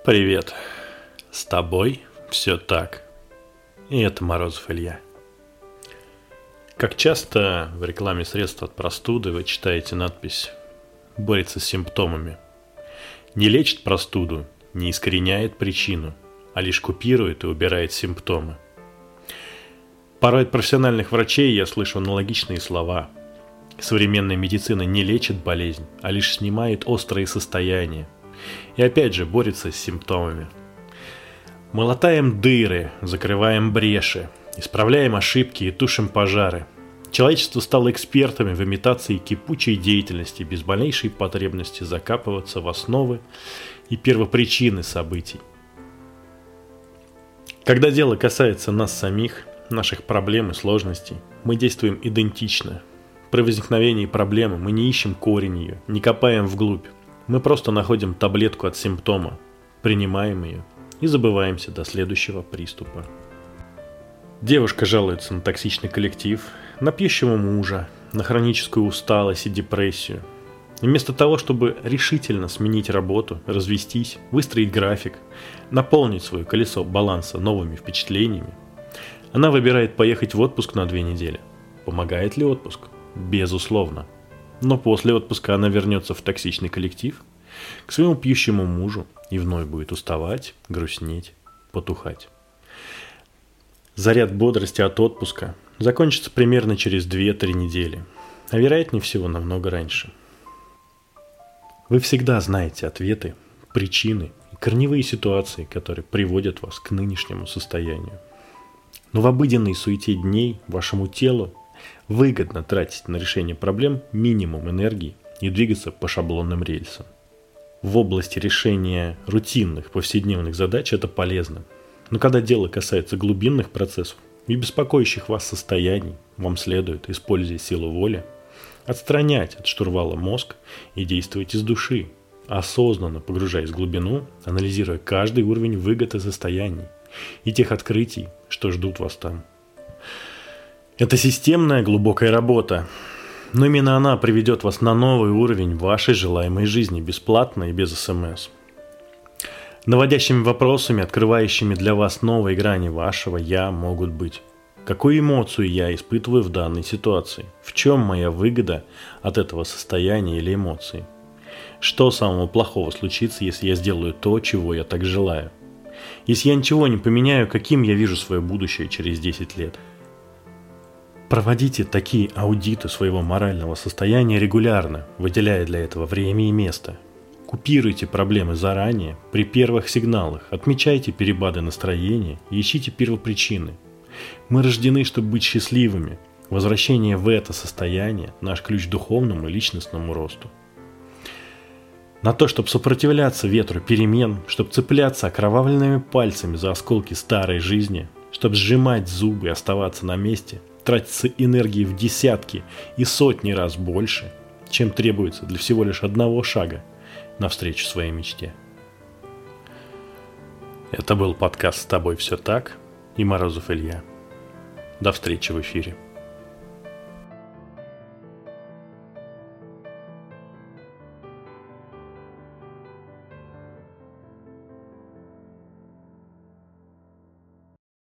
Привет, с тобой все так. И это Морозов Илья. Как часто в рекламе средств от простуды вы читаете надпись «Борется с симптомами». Не лечит простуду, не искореняет причину, а лишь купирует и убирает симптомы. Порой от профессиональных врачей я слышу аналогичные слова. Современная медицина не лечит болезнь, а лишь снимает острые состояния. И опять же борется с симптомами. Мы латаем дыры, закрываем бреши, исправляем ошибки и тушим пожары. Человечество стало экспертами в имитации кипучей деятельности без малейшей потребности закапываться в основы и первопричины событий. Когда дело касается нас самих, наших проблем и сложностей, мы действуем идентично. При возникновении проблемы мы не ищем корень ее, не копаем вглубь. Мы просто находим таблетку от симптома, принимаем ее и забываемся до следующего приступа. Девушка жалуется на токсичный коллектив, на пьющего мужа, на хроническую усталость и депрессию. И вместо того, чтобы решительно сменить работу, развестись, выстроить график, наполнить свое колесо баланса новыми впечатлениями, она выбирает поехать в отпуск на 2 недели. Помогает ли отпуск? Безусловно. Но после отпуска она вернется в токсичный коллектив, к своему пьющему мужу и вновь будет уставать, грустнеть, потухать. Заряд бодрости от отпуска закончится примерно через 2-3 недели, а вероятнее всего намного раньше. Вы всегда знаете ответы, причины и корневые ситуации, которые приводят вас к нынешнему состоянию. Но в обыденной суете дней вашему телу выгодно тратить на решение проблем минимум энергии и двигаться по шаблонным рельсам. В области решения рутинных повседневных задач это полезно. Но когда дело касается глубинных процессов и беспокоящих вас состояний, вам следует, используя силу воли, отстранять от штурвала мозг и действовать из души, осознанно погружаясь в глубину, анализируя каждый уровень выгод и состояний и тех открытий, что ждут вас там. Это системная глубокая работа, но именно она приведет вас на новый уровень вашей желаемой жизни, бесплатно и без СМС. Наводящими вопросами, открывающими для вас новые грани вашего «я» могут быть: какую эмоцию я испытываю в данной ситуации? В чем моя выгода от этого состояния или эмоции? Что самого плохого случится, если я сделаю то, чего я так желаю? Если я ничего не поменяю, каким я вижу свое будущее через 10 лет? Проводите такие аудиты своего морального состояния регулярно, выделяя для этого время и место. Купируйте проблемы заранее, при первых сигналах, отмечайте перепады настроения и ищите первопричины. Мы рождены, чтобы быть счастливыми. Возвращение в это состояние – наш ключ к духовному и личностному росту. На то, чтобы сопротивляться ветру перемен, чтобы цепляться окровавленными пальцами за осколки старой жизни, чтобы сжимать зубы и оставаться на месте – тратится энергии в десятки и сотни раз больше, чем требуется для всего лишь одного шага навстречу своей мечте. Это был подкаст «С тобой все так» и Морозов Илья. До встречи в эфире.